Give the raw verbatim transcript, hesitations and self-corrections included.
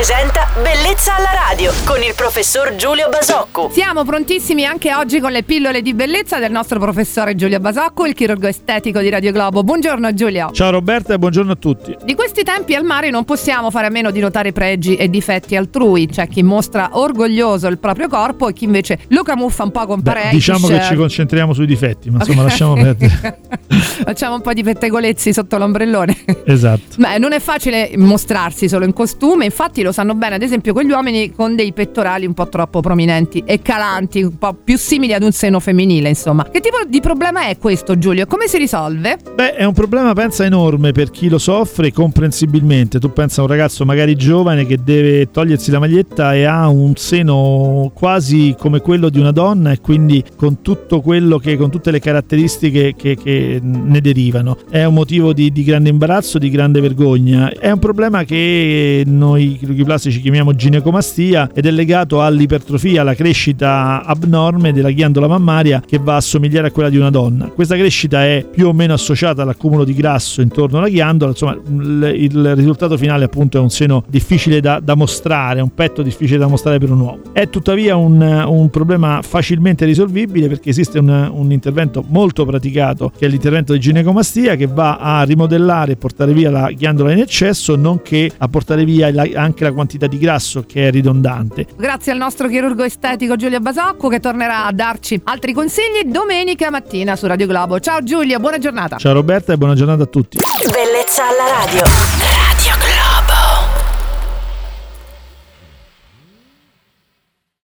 presenta Bellezza alla radio con il professor Giulio Basocco. Siamo prontissimi anche oggi con le pillole di bellezza del nostro professore Giulio Basocco, il chirurgo estetico di Radio Globo. Buongiorno Giulio. Ciao Roberta e buongiorno a tutti. Di questi tempi al mare non possiamo fare a meno di notare pregi e difetti altrui. C'è chi mostra orgoglioso il proprio corpo e chi invece lo camuffa un po' con Beh, parecchi. diciamo che ci concentriamo sui difetti, ma insomma lasciamo perdere. Facciamo un po' di pettegolezzi sotto l'ombrellone. Esatto. Beh, non è facile mostrarsi solo in costume, infatti lo sanno bene ad esempio quegli uomini con dei pettorali un po' troppo prominenti e calanti, un po' più simili ad un seno femminile, insomma. Che tipo di problema è questo, Giulio? Come si risolve? Beh, è un problema, pensa, enorme per chi lo soffre comprensibilmente. Tu pensa a un ragazzo magari giovane che deve togliersi la maglietta e ha un seno quasi come quello di una donna e quindi con tutto quello che, con tutte le caratteristiche che, che ne derivano. È un motivo di, di grande imbarazzo, di grande vergogna. È un problema che noi chirurghi plastici chiamiamo ginecomastia ed è legato all'ipertrofia, alla crescita abnorme della ghiandola mammaria che va a somigliare a quella di una donna. Questa crescita è più o meno associata all'accumulo di grasso intorno alla ghiandola, insomma il, il risultato finale appunto è un seno difficile da, da mostrare, un petto difficile da mostrare per un uomo. È tuttavia un, un problema facilmente risolvibile perché esiste un, un intervento molto praticato che è l'intervento di ginecomastia che va a rimodellare e portare via la ghiandola in eccesso, nonché a portare via la, anche la quantità di grasso che è ridondante. Grazie al nostro chirurgo estetico Giulio Basocco che tornerà a darci altri consigli domenica mattina su Radio Globo. Ciao Giulio, buona giornata. Ciao Roberta e buona giornata a tutti. Bellezza alla radio.